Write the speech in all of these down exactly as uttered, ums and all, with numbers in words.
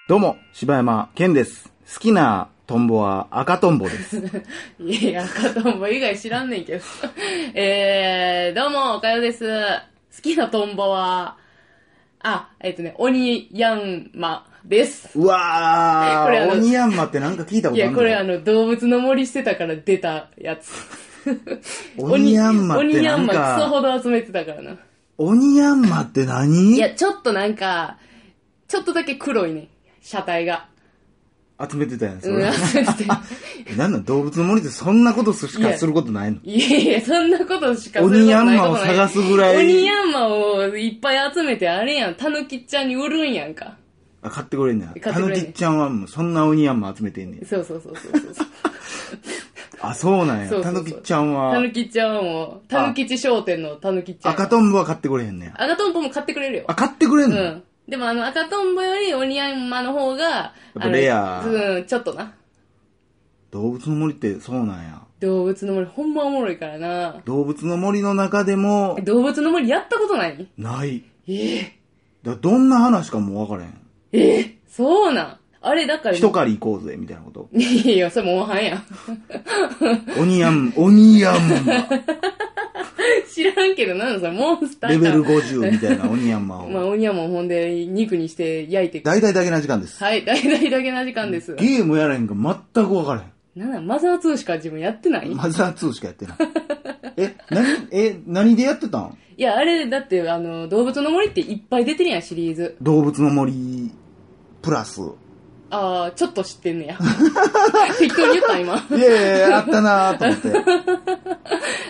どうも、柴山健です。好きなトンボは赤トンボです。 いや、赤トンボ以外知らんねんけど。えー、どうも、おかよです。好きなトンボは、あ、えっ、ー、とね、オニヤンマです。 うわー、これあのオニヤンマってなんか聞いたことあるの？ いや、これあの、動物の森してたから出たやつ。 オニヤンマってなんか、 オニヤンマクソほど集めてたからな。 オニヤンマって何？ いや、ちょっとなんか、ちょっとだけ黒いね。車体が。 集めてたやん、それ。 うん、集めてた。 なんなん動物の森ってそんなことしかすることないの？ いやいや、そんなことしかすることない。オニヤンマを探すぐらい。 オニヤンマをいっぱい集めてあれやん、タヌキちゃんに売るんやんか。 あ、買ってくれんねん。タヌキちゃんはもうそんなオニヤンマ集めてんねん。 そうそうそうそうそう。 あ、そうなんや。タヌキちゃんは。 タヌキちゃんはもう、タヌキチ商店のタヌキちゃん。 赤トンボは買ってくれへんねん。 赤トンボも買ってくれるよ。 あ、買ってくれんの？ うん。でもあの赤トンボよりオニヤンマの方が、やっぱレア。 うん、ちょっとな。 動物の森ってそうなんや。 動物の森ほんまおもろいからな。 動物の森の中でも。 動物の森やったことない？ ない。 ええー。だどんな話かも分からへん。 ええー、そうなん。あれだから。 一狩り行こうぜ、みたいなこと。 いやいや、それもうはんやん。 オニヤン、オニヤンマ。 知らんけど、なんだそれ、モンスターレベルごじゅうみたいなオニヤンマを。 まあ、オニヤンマをほんで、肉にして焼いて。 大々だけな時間です。 はい、大々だけな時間です。 ゲームやらへんか全く分からへん。 なんだ、マザーツーしか自分やってない？ マザーツーしかやってない。え、何、え、何でやってたん？ いや、あれ、だって、あの、動物の森っていっぱい出てるやん、シリーズ。 動物の森、プラス。 ああ、ちょっと知ってんねや。適当に言った今。 いやいや、あったなーと思って。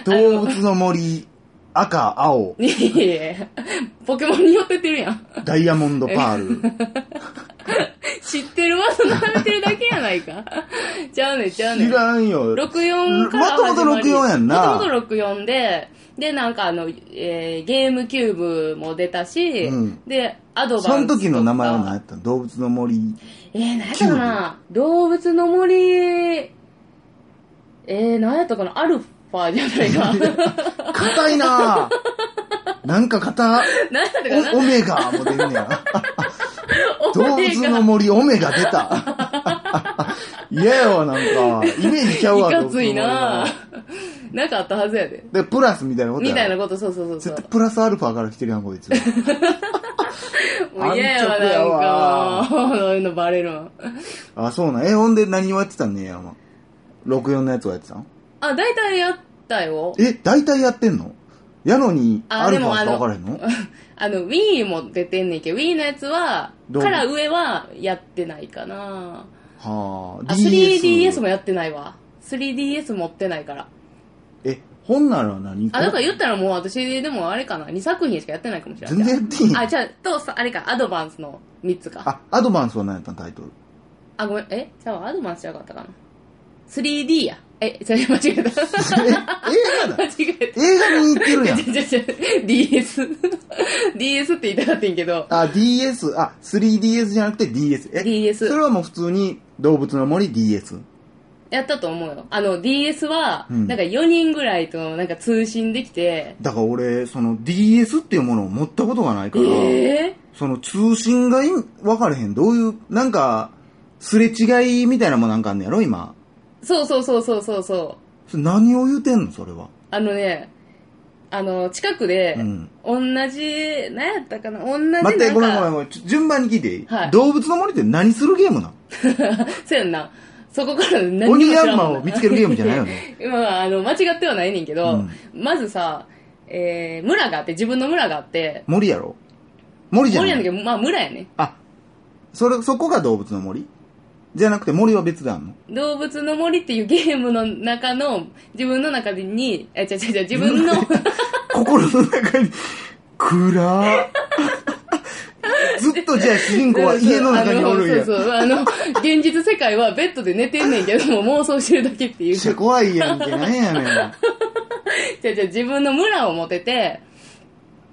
動物の森、赤、青。 いやいやいや、ポケモンに寄ってってるやん。 ダイヤモンドパール。 知ってる技並べてるだけやないか。ちゃうねん、ちゃうねん。 知らんよ。 ろくじゅうよんから始まり。 もともとろくじゅうよんやんな。 もともとろくじゅうよんで、で、なんかあの、えー、ゲームキューブも出たし、うん、で、アドバンスとか。 その時の名前は何やったの？動物の森。 えー、何やったかな？動物の森、えー、何やったかな？アルファじゃないか。 硬いなぁ。なんか硬。 何やったかな？ オメガも出るねや。動物の森オメガ出た。嫌やわ、なんか。イメージちゃうわ。 いかついなぁ。なんかあったはずやで。 で、プラスみたいなことや。 みたいなこと、そうそうそうそう。 プラスアルファから来てるやん、こいつ。 もう嫌やわ、なんか。そういうのバレるわ。 あ、そうなん。え、ほんで何をやってたんねや、ろくじゅうよんのやつをやってたん？ あ、大体やったよ。 え、大体やってんの？やのに、アルファしか分からへんの？ あの、Wii も出てんねんけど、Wii のやつは、から上はやってないかな。 はあ。スリーディーエス もやってないわ。スリーディーエス 持ってないから。 え、ほんなら何？ あ、だから言ったらもう私でもあれかな。にさく品しかやってないかもしれない。 全然やっていいん？ あ、じゃあ、と、あれか、アドバンスのみっつか。 あ、アドバンスは何やったんタイトル？ あ、ごめん、えじゃあアドバンスじゃなかったかな。スリーディー や。え、それ間違えた。え、映画だ。 間違えた。 映画見に行ってるやん。 ディーエス。ディーエス って言いたかったんけど。 あ、ディーエス、あ、スリーディーエス じゃなくて ディーエス。え、 ディーエス。 それはもう普通に動物の森 ディーエス。 やったと思うよ。あの、ディーエス は、なんかよにんぐらいとなんか通信できて。 うん、だから俺、その ディーエス っていうものを持ったことがないから、 えー、 その通信が分かれへん。どういう、なんか、すれ違いみたいなもんなんかあんねやろ今。 そうそうそうそうそうそう。 それ何を言うてんのそれは。 あのね、あの、近くで、うん、同じ、何やったかな同じなんか。 待って、ごめんごめんごめん。順番に聞いていい？ はい。 動物の森って何するゲームなの？ そうやんな。そこから何もオニヤンマを見つけるゲームじゃないよね。 今、あの、間違ってはないねんけど、うん、まずさ、えー、村があって、自分の村があって。 森やろ？森じゃない？ 森やねんけど、まあ村やね。 あ、それ、そこが動物の森？じゃなくて森は別であんの？ 動物の森っていうゲームの中の、自分の中に、え、違う違う違う、自分の。 心の中に、暗ずっとじゃあ主人公は家の中におるんや。 そうそうそう。あの、現実世界はベッドで寝てんねんけども、妄想してるだけっていう。 めっちゃ怖いやんけ、なんやねん。 じゃあじゃあ自分の村を持てて、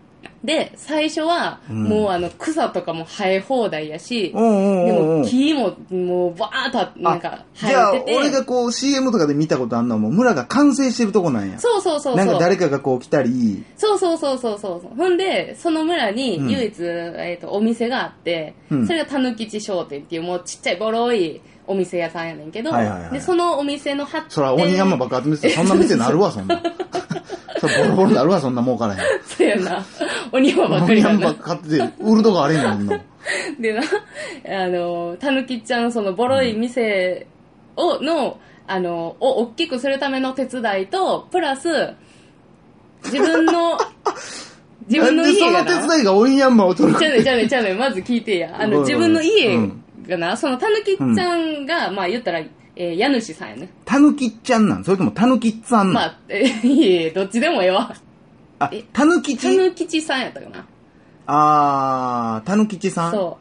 で、最初は、もうあの、草とかも生え放題やし、 おうおうおうおうでも木ももうバーッとなんか生えてて。 じゃあ、俺がこう シーエム とかで見たことあるのはもう村が完成してるとこなんや。 そうそうそうそう。 なんか誰かがこう来たり。 そうそうそうそうそう。ほんで、その村に唯一、うん、えっと、お店があって、うん、それがたぬきち商店っていうもうちっちゃいボロいお店屋さんやねんけど、はいはいはい、で、そのお店の発展。 そら、鬼山爆発見せてそんな店なるわ、そんな。ボロボロなるわ、そんな儲からへん。 そうやな。鬼山ばっかり鬼山ばっかりで、売るとこあれんやんの。 でな、あの、たぬきちゃん、そのボロい店を、の、あの、を大きくするための手伝いと、プラス、自分の、自分の家がな。 なんでその手伝いが鬼山を取るか。 ちゃうねちゃうねちゃうね、まず聞いてや。あの、自分の家がな、そのたぬきちゃんが、うん、まあ言ったら、えー、家主さんやね。 たぬきちゃんなん？それともたぬきさんなん？ まあ、えー、いえ、どっちでもええわ。 あ、たぬきち？ たぬきちさんやったかな。 あー、たぬきちさん？ そう。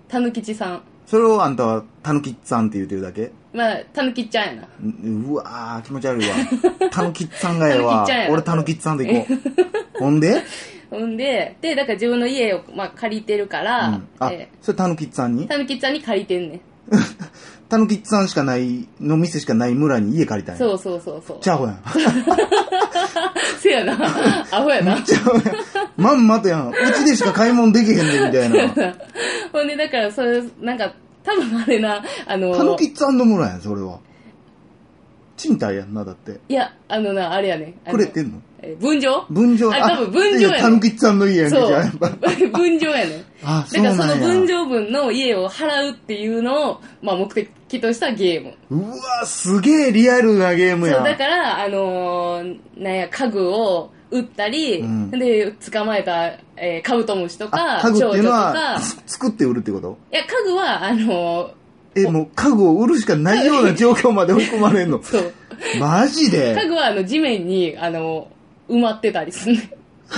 たぬきちさん。 それをあんたはたぬきさんって言うてるだけ？ まあ、たぬきちゃんやな。 うわー、気持ち悪いわ。たぬきさんがええわ。俺たぬきさんで行こう。ほんでほんで、で、だから自分の家を、まあ、借りてるから、うん、 あ、えー、それたぬきさんに？ たぬきさんに借りてんねん。 たぬきさんしかないの店しかない村に家借りたんや。 そうそうそうそう。 ちゃうやん。 せやな。アホやな。 ちゃうやん。まんまとやん。うちでしか買い物できへんねんみたいな。 ほんで、だからそれ、なんか、多分あれな、あの。 たぬきさんの村やん、それは。賃貸やんな、だって。 いや、あのな、あれやね。 くれてんの？ え、分譲？ 分譲。 あれ多分分譲やね。 たぬきさんの家やんけ、 じゃあやっぱ。分譲やね。 あ、そうなんや。 だからその分譲分の家を払うっていうのを、まあ目的としたゲーム。 うわ、すげえリアルなゲームや。 そう、だから、あのー、なんや、家具を売ったり、うん、で、捕まえた、えー、カブトムシとか、 家具っていうのは、作って売るってこと？ いや、家具は、あのー、え、もう家具を売るしかないような状況まで追い込まれんの？ そう。 マジで？ 家具は、あの、地面に、あの、埋まってたりするね。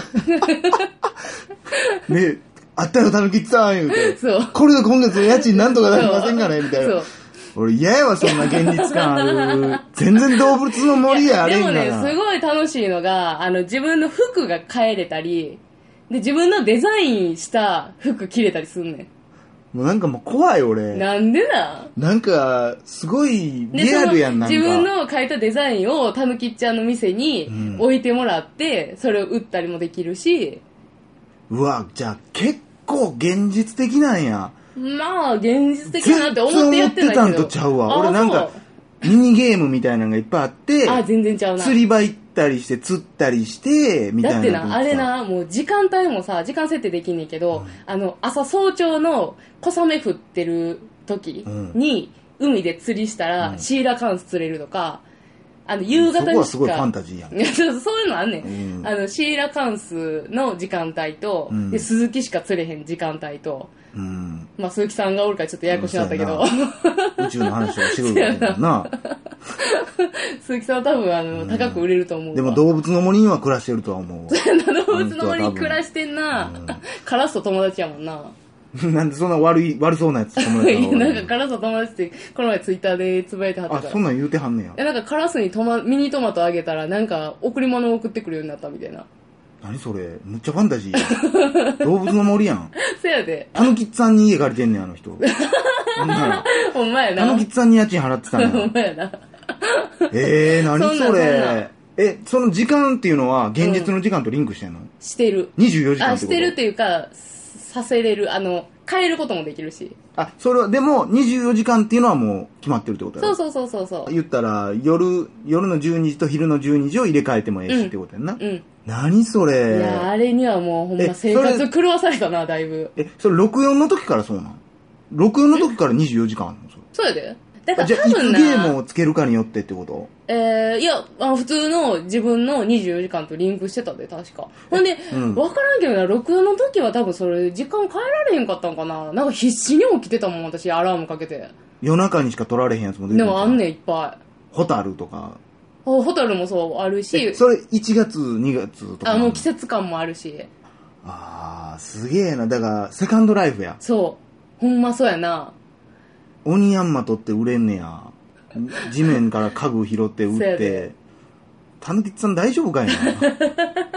ねえ、あったよ、たぬきさん言うて。 そう。 これで今月の家賃なんとかなりませんかねみたいな。そう。俺嫌やわ、そんな現実感ある。全然動物の森やあれんがな。 でもね、すごい楽しいのが、あの、自分の服が変えれたり、で、自分のデザインした服着れたりすんねん。 もうなんかもう怖い俺。 なんでななんか、すごいリアルやん、なんか。 自分の描いたデザインをたぬきちゃんの店に置いてもらって、うん、それを売ったりもできるし。 うわ、じゃあ結構現実的なんや。 まあ、現実的なって思ってやってないけど。 思ってたんとちゃうわ。俺なんか、ミニゲームみたいなのがいっぱいあって、 あ、全然ちゃうな。 釣り場行ったりして、釣ったりして、みたいな。 だってな、あれな、もう時間帯もさ、時間設定できんねんけど、うん、あの、朝早朝の小雨降ってる時に、うん、海で釣りしたら、うん、シーラカンス釣れるとか、あの、夕方にしか。そこはすごいファンタジーやん。 そうそういうのあんねん。うん、あの、シーラカンスの時間帯と、うん、で、鈴木しか釣れへん時間帯と、うん、まあ、鈴木さんがおるからちょっとややこしになったけど。 うん、宇宙の話をしてくるからな。 鈴木さんは多分、あの、うん、高く売れると思う。 でも動物の森には暮らしてるとは思う。 そうやな、動物の森に暮らしてんな。うん、カラスと友達やもんな。 なんでそんな悪い、悪そうなやつ友達なの？ なんかカラスと友達って、この前ツイッターでつぶやいてはったから。 あ、そんなん言うてはんねや。 え、なんかカラスにトマ、ミニトマトあげたら、なんか贈り物を送ってくるようになったみたいな。 何それ？むっちゃファンタジーやん。動物の森やん。 そやで。 たぬきさんに家借りてんねん、あの人。 ほんまや。ほんまやな。 たぬきさんに家賃払ってたんや。 ほんまやな。 えー、何それ。え、その時間っていうのは、現実の時間とリンクしてんの？うん、 してる。 にじゅうよじかんってこと？ あ、してるっていうか、させれる。あの、変えることもできるし。 あ、それは、でも、にじゅうよじかんっていうのはもう決まってるってことやろ？ そうそうそうそう。 言ったら、夜、夜のじゅうにじと昼のじゅうにじを入れ替えてもええしってことやんな。うん。うん、何それ。 いや、あれにはもうほんま生活狂わされたな、だいぶ。 え、それろくじゅうよんの時からそうなん？ ろくじゅうよん の時からにじゅうよじかんあるの？ そうやで。だからじゃあ、いつゲームをつけるかによってってこと？ えー、いや、あ普通の自分のにじゅうよじかんとリンクしてたで、確か。ほんで、うん、わからんけどな、ろくじゅうよんの時は多分それ、時間変えられへんかったんかな。なんか必死に起きてたもん、私、アラームかけて。 夜中にしか撮られへんやつも出てる。 でもあんねん、いっぱい。ホタルとか。 ホタルもそう、あるし。 それ、いちがつ、にがつとか。 あ、もう季節感もあるし。 あー、すげえな。だから、セカンドライフや。 そう。ほんまそうやな。 鬼ヤンマトって売れんねや。地面から家具拾って売って。たぬきさん大丈夫かいな。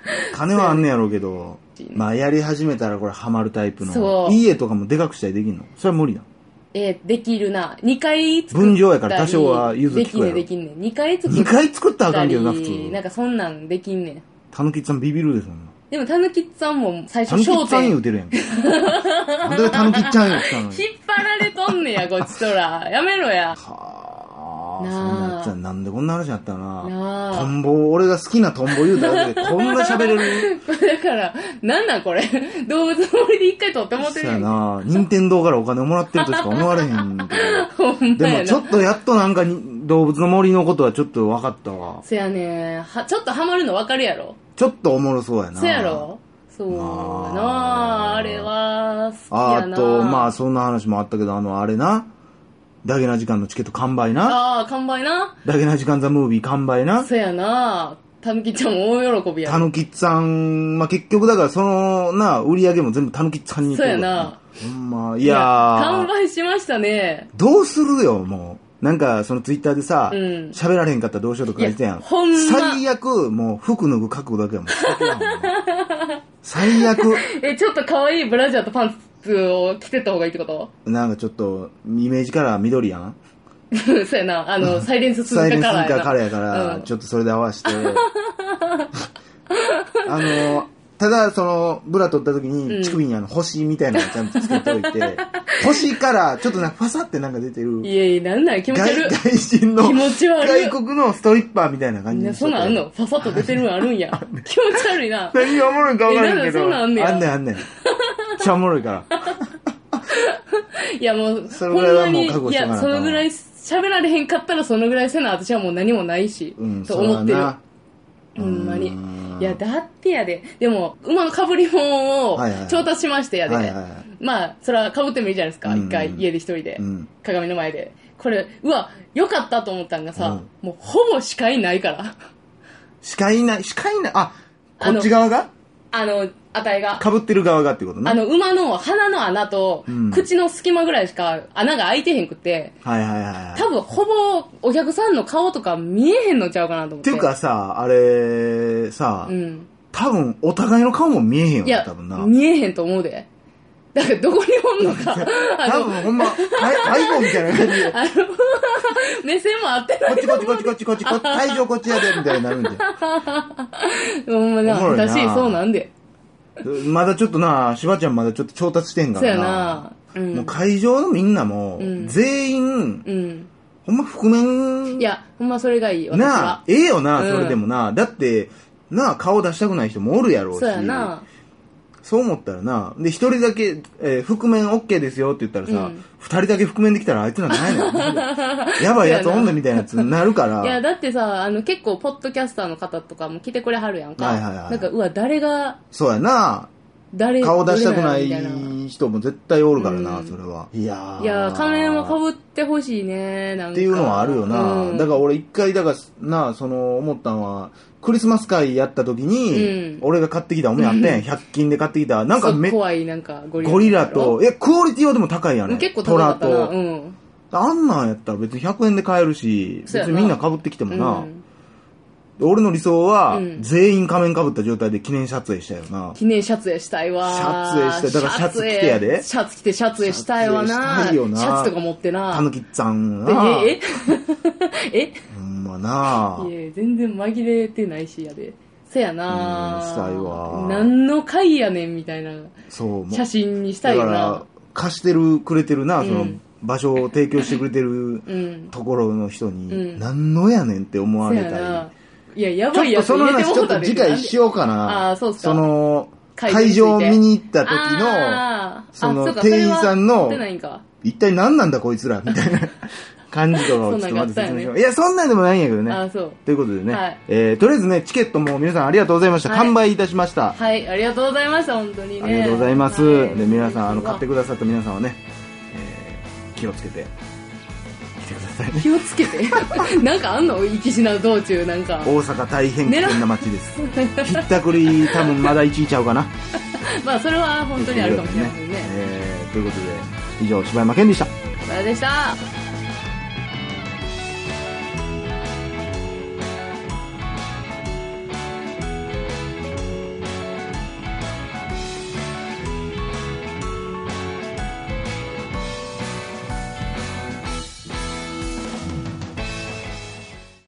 金はあんねやろうけど、まあやり始めたらこれハマるタイプの。家とかもでかくしたりできんの？それは無理なの？ えー、できるな。にかい作ったり。 分譲やから多少は譲ってくれる。 できんね、できんね。にかい作ったり。 にかい作ったらあかんけどな、普通。 なんかそんなんできんねん。 たぬきさんビビるで、そんな。 でもたぬきさんも最初焦点。たぬきさん言うてるやん。なんでたぬきちゃん言ったの？ 引っ張られとんねや、こっちとら。やめろや。 はぁ。そんなやつはなんでこんな話になったな。 なトンボ、俺が好きなトンボ言うただけでこんな喋れる。 だから、なんなんこれ。動物の森で一回撮ってもらってるやん。 そうやな。任天堂からお金をもらってるとしか思われへんけど。でもちょっとやっとなんか動物の森のことはちょっと分かったわ。 そやねは、ちょっとハマるの分かるやろ。 ちょっとおもろそうやな。 そやろそうやなあれは好きやなあと、まあそんな話もあったけど、あの、あれな。ダゲな時間のチケット完売な。 ああ、完売な。 ダゲな時間ザムービー完売な。 そやなたぬきちゃんも大喜びや。 たぬきさん、まあ、結局だからそのな、売り上げも全部たぬきさんに行く。 そうやな。 ほんま、いやー。 完売しましたね。 どうするよ、もう。なんか、そのツイッターでさ、喋、うん、られへんかったらどうしようとか書いてたやん。 ほんま。 最悪、もう服脱ぐ覚悟だけはもう。最悪。 え、ちょっと可愛いブラジャーとパンツを着てった方がいいってこと？ なんかちょっと、イメージカラー緑やん。 そうやな、あの、サイレンススーカーカラーやな。 サイレンススーカーカラーやから、うん、ちょっとそれで合わせて。あの、ただ、その、ブラ取った時に、乳首にあの、星みたいなのをちゃんとつけておいて、うん、星からちょっとなんかファサってなんか出てる。 いやいや、なんなん気持ち悪い。 外人の、 気持ち悪い。 外国のストリッパーみたいな感じで。そんなんあんの？ファサッと出てるのあるんや。気持ち悪いな。 何がおもろいか分からんけど。 そんなんあんねん。 あんねんあんねん。めっちゃおもろいから。 いやもう、 それぐらいはもう覚悟していや、そのぐらい喋られへんかったらそのぐらいせな、私はもう何もないし、うん、と思ってる。ほんまに。いや、だってやで。でも、馬の被り物を調達しましてやで。はいはいはい、まあ、それは被ってもいいじゃないですか。一、うん、回、家で一人で、うん。鏡の前で。これ、うわ、よかったと思ったんがさ、うん、もうほぼ視界ないから。 視界ない、視界ない、あ、こっち側があの、あたいが。 被ってる側がってことね。 あの、馬の鼻の穴と、口の隙間ぐらいしか穴が開いてへんくって、 うん、はいはいはい。 多分、ほぼ、お客さんの顔とか見えへんのちゃうかなと思って。 っていうかさ、あれ、さ、うん、多分、お互いの顔も見えへんよね、多分な。 見えへんと思うで。だから、どこにおんのか。 多分、ほんま、背後みたいな感じで。あの、 目線も合ってない。 こっちこっちこっちこっちこっち、会場こっちやで、みたいになるんで。 ほんまな、私、そうなんで。 まだちょっとな、しばちゃんまだちょっと調達してんからな。そうやな。うん、もう会場のみんなも、うん、全員、うん、ほんま覆面。 いや、ほんまそれがいい。 なあ、ええよな、うん、それでもな。だって、なあ、顔出したくない人もおるやろうし。 そうやな。 そう思ったらな、で、一人だけ、えー、覆面 OK ですよって言ったらさ、二、うん、人だけ覆面できたらあいつらないのやばいやつおんねみたいなやつになるから。 いや、だってさ、あの、結構、ポッドキャスターの方とかも来てくれはるやんか。はいはいはい。なんか、うわ、誰が、 そうやな。誰顔出したくない人も絶対おるからな、うん、それは。いやー。 いやー、仮面は被ってほしいね、なんか。 っていうのはあるよな。うん、だから俺一回、だからな、その、思ったのは、クリスマス会やった時に、うん、俺が買ってきたお面あってん、うん、ひゃく均で買ってきた。なんかめ怖い、なんかゴリラ。 ゴリラと、え、クオリティはでも高いやね。 結構高かったな。トラと。うん。 あんなんやったら別にひゃくえんで買えるし、別にみんな被ってきてもな。うん俺の理想は、うん、全員仮面被った状態で記念撮影したよな。 記念撮影したいわ。 撮影したい。だからシャツ着てやで。 シャツ着てシャツ影したいわな。 したいよな。 シャツとか持ってな。 たぬきさんな。 えええほんまな。 いや、全然紛れてないしやで。せやな。 うん、したいわ。 何の回やねんみたいな。そう。写真にしたいよな。 だから貸してる、くれてるな、うん、その場所を提供してくれてるところの人に、うん、何のやねんって思われたい。 いや、やばいやつ入れてもうたで。 ちょっとその話ちょっと次回しようかな。 ああ、そうっすか。 その、会場見に行った時の、その店員さんの、一体何なんだこいつらみたいな感じとかをちょっとまず説明しよう。いや、そんなんでもないんやけどね。 ああ、そう。 ということでね、はい、えー、とりあえずね、チケットも皆さんありがとうございました。はい、完売いたしました。 はい、ありがとうございました、本当にね。 ありがとうございます。はい、で、皆さん、あの、買ってくださった皆さんはね、えー、気をつけて。 気をつけてなんかあんの行きしな道中なんか大阪大変危険な街ですひったくり多分まだいちいちゃうかなまあそれは本当にあるかもしれませんね、 えー、ということで以上柴山健でした柴山でした。